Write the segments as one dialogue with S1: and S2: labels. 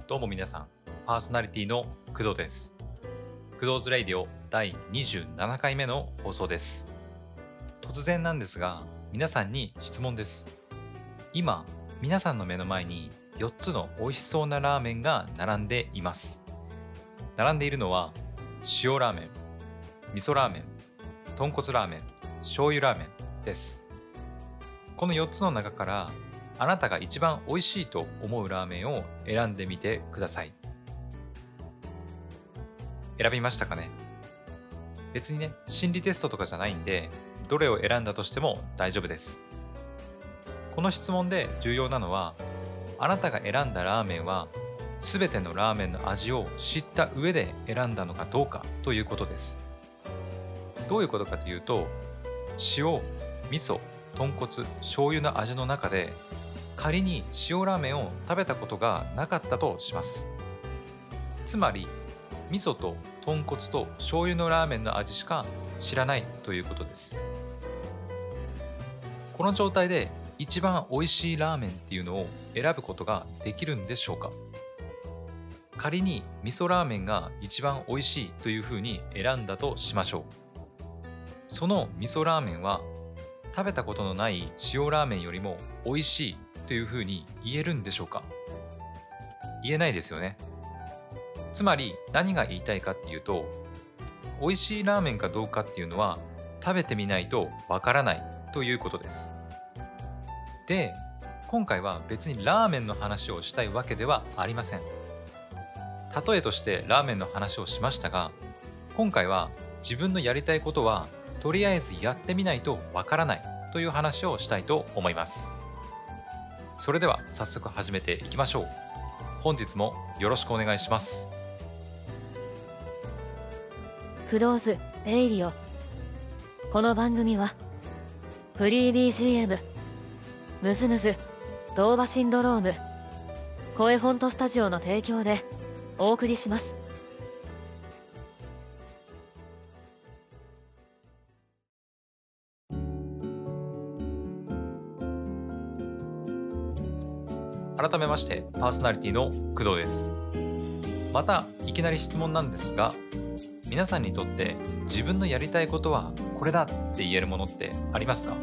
S1: どうも皆さん、パーソナリティの工藤です。工藤ズレイディオ第27回目の放送です。突然なんですが、皆さんに質問です。今、皆さんの目の前に4つの美味しそうなラーメンが並んでいます。並んでいるのは塩ラーメン、味噌ラーメン、豚骨ラーメン、醤油ラーメンです。この4つの中からあなたが一番美味しいと思うラーメンを選んでみてください。選びましたかね？別にね、心理テストとかじゃないんで、どれを選んだとしても大丈夫です。この質問で重要なのは、あなたが選んだラーメンは全てのラーメンの味を知った上で選んだのかどうかということです。どういうことかというと、塩、味噌、豚骨、醤油の味の中で仮に塩ラーメンを食べたことがなかったとします。つまり味噌と豚骨と醤油のラーメンの味しか知らないということです。この状態で一番美味しいラーメンっていうのを選ぶことができるんでしょうか？仮に味噌ラーメンが一番美味しいというふうに選んだとしましょう。その味噌ラーメンは食べたことのない塩ラーメンよりも美味しいというふうに言えるんでしょうか？言えないですよね。つまり何が言いたいかっていうと、美味しいラーメンかどうかっていうのは食べてみないとわからないということです。で、今回は別にラーメンの話をしたいわけではありません。例えとしてラーメンの話をしましたが、今回は自分のやりたいことはとりあえずやってみないとわからないという話をしたいと思います。それでは早速始めていきましょう。本日もよろしくお願いします。
S2: 工藤ズレイディオ。この番組はフリー BGM、ムズムズ、ドーバシンドローム、声フォントスタジオの提供でお送りします。
S1: 改めましてパーソナリティの工藤です。またいきなり質問なんですが、皆さんにとって自分のやりたいことはこれだって言えるものってありますか？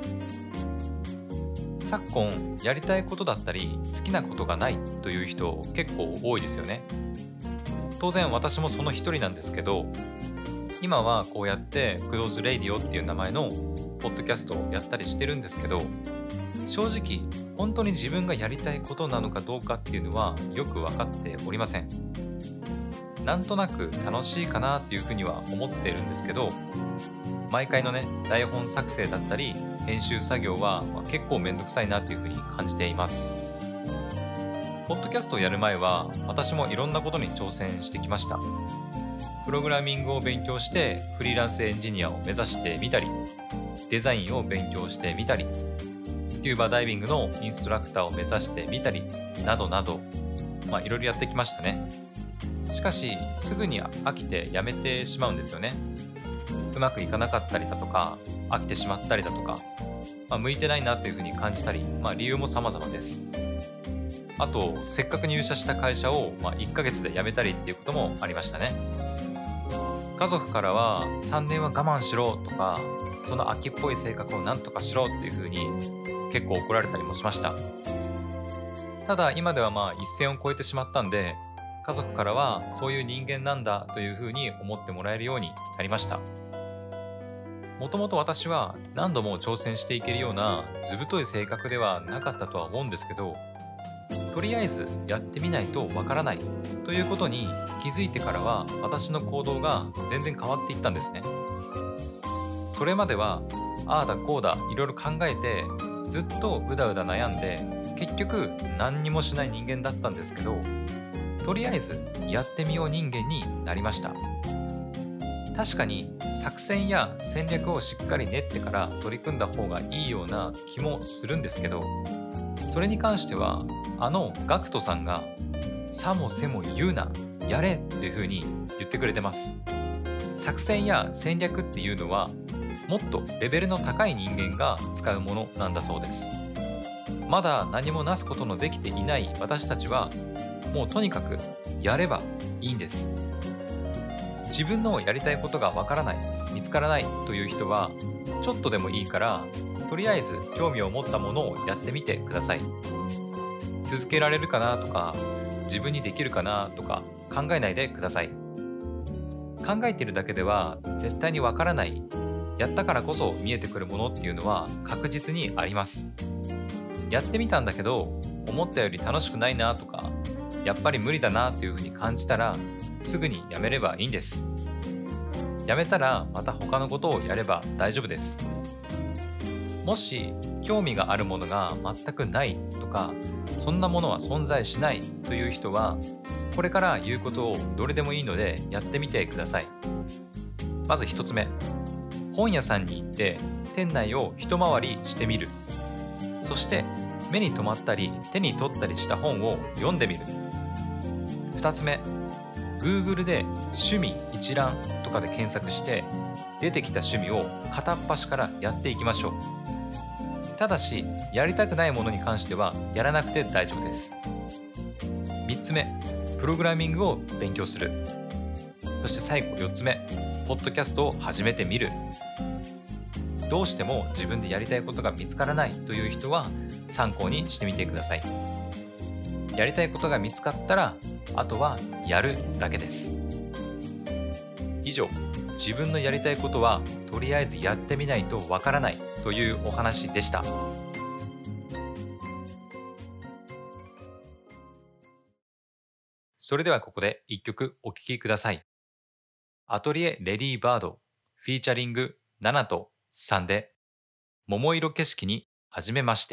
S1: 昨今やりたいことだったり好きなことがないという人結構多いですよね。当然私もその一人なんですけど、今はこうやって工藤ズレイディオっていう名前のポッドキャストをやったりしてるんですけど、正直本当に自分がやりたいことなのかどうかっていうのはよく分かっておりません。なんとなく楽しいかなっていうふうには思っているんですけど、毎回のね台本作成だったり編集作業は結構めんどくさいなっていうふうに感じています。ポッドキャストをやる前は私もいろんなことに挑戦してきました。プログラミングを勉強してフリーランスエンジニアを目指してみたり、デザインを勉強してみたり、スキューバダイビングのインストラクターを目指してみたりなどなど、いろいろやってきましたね。しかしすぐに飽きてやめてしまうんですよね。うまくいかなかったりだとか、飽きてしまったりだとか、向いてないなというふうに感じたり、理由も様々です。あとせっかく入社した会社を1ヶ月で辞めたりっていうこともありましたね。家族からは3年は我慢しろとか、その秋っぽい性格をなんとかしろっていうふうに結構怒られたりもしました。ただ今では一線を越えてしまったんで、家族からはそういう人間なんだというふうに思ってもらえるようになりました。もともと私は何度も挑戦していけるような図太い性格ではなかったとは思うんですけど、とりあえずやってみないとわからないということに気づいてからは、私の行動が全然変わっていったんですね。それまではああだこうだいろいろ考えてずっとうだうだ悩んで、結局何にもしない人間だったんですけど、とりあえずやってみよう人間になりました。確かに作戦や戦略をしっかり練ってから取り組んだ方がいいような気もするんですけど、それに関してはガクトさんがさもせも言うな、やれというふうに言ってくれてます。作戦や戦略っていうのはもっとレベルの高い人間が使うものなんだそうです。 まだ何もなすことのできていない私たちは、もうとにかくやればいいんです。自分のやりたいことがわからない、見つからないという人は、ちょっとでもいいからとりあえず興味を持ったものをやってみてください。続けられるかなとか、自分にできるかなとか考えないでください。考えているだけでは絶対にわからない、やったからこそ見えてくるものっていうのは確実にあります。やってみたんだけど思ったより楽しくないなとか、やっぱり無理だなというふうに感じたら、すぐにやめればいいんです。やめたらまた他のことをやれば大丈夫です。もし興味があるものが全くないとか、そんなものは存在しないという人は、これから言うことをどれでもいいのでやってみてください。まず一つ目、本屋さんに行って店内を一回りしてみる。そして目に留まったり手に取ったりした本を読んでみる。二つ目、Google で趣味一覧とかで検索して出てきた趣味を片っ端からやっていきましょう。ただしやりたくないものに関してはやらなくて大丈夫です。3つ目、プログラミングを勉強する。そして最後4つ目、ポッドキャストを始めてみる。どうしても自分でやりたいことが見つからないという人は参考にしてみてください。やりたいことが見つかったら、あとはやるだけです。以上、自分のやりたいことはとりあえずやってみないとわからないというお話でした。それではここで一曲お聴きください。アトリエレディバードフィーチャリング7と3で桃色景色に初めまして。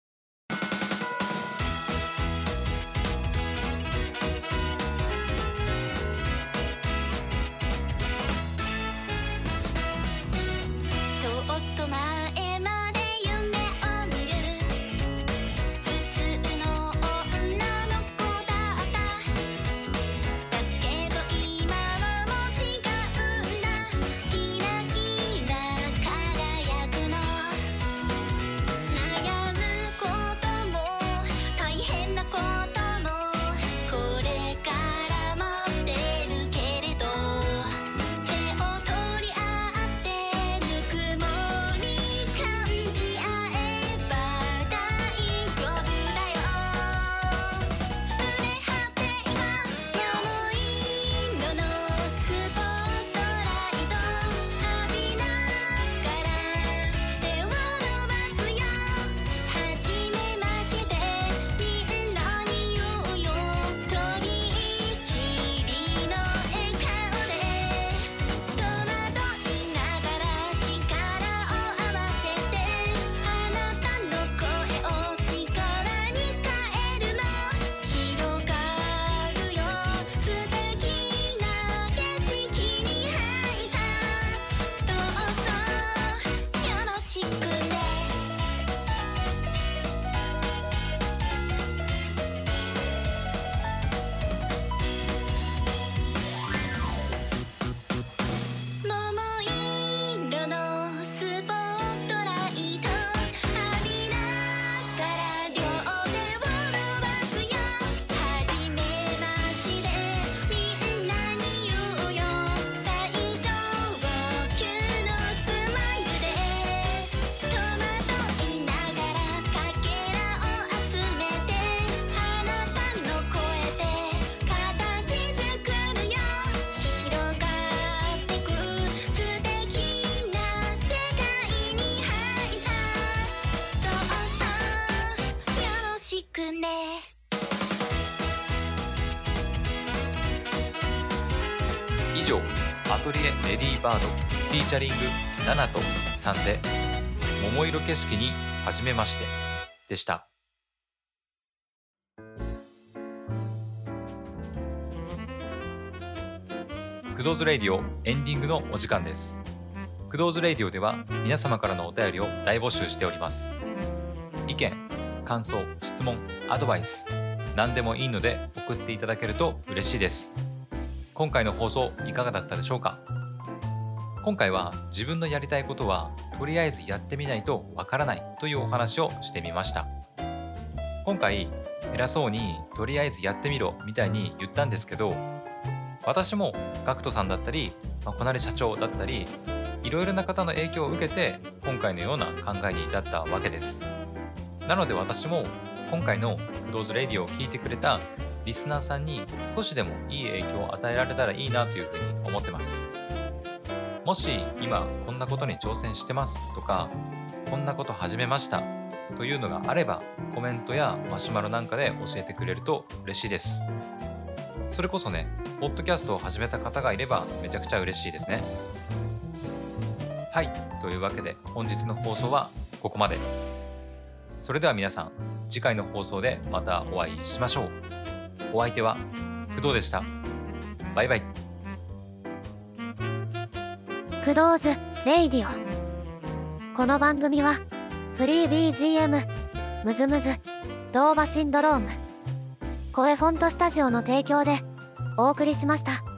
S1: 以上、アトリエレディバードフィーチャリング7と3で桃色景色に初めましてでした。クドーズレイディオエンディングのお時間です。クドーズレイディオでは皆様からのお便りを大募集しております。意見、感想、質問、アドバイス、何でもいいので送っていただけると嬉しいです。今回の放送いかがだったでしょうか。今回は自分のやりたいことはとりあえずやってみないとわからないというお話をしてみました。 今回偉そうにとりあえずやってみろみたいに言ったんですけど、私もガクトさんだったり、小成社長だったり、いろいろな方の影響を受けて今回のような考えに至ったわけです。なので私も今回のクドーズレディを聞いてくれたリスナーさんに少しでもいい影響を与えられたらいいなというふうに思ってます。もし今こんなことに挑戦してますとか、こんなこと始めましたというのがあれば、コメントやマシュマロなんかで教えてくれると嬉しいです。それこそね、ポッドキャストを始めた方がいればめちゃくちゃ嬉しいですね。はい、というわけで本日の放送はここまで。それでは皆さん、次回の放送でまたお会いしましょう。お相手は工藤でした。バイバイ。
S2: クドーズレイディオ。この番組はフリー BGM、ムズムズ、ドーバシンドローム、声フォントスタジオの提供でお送りしました。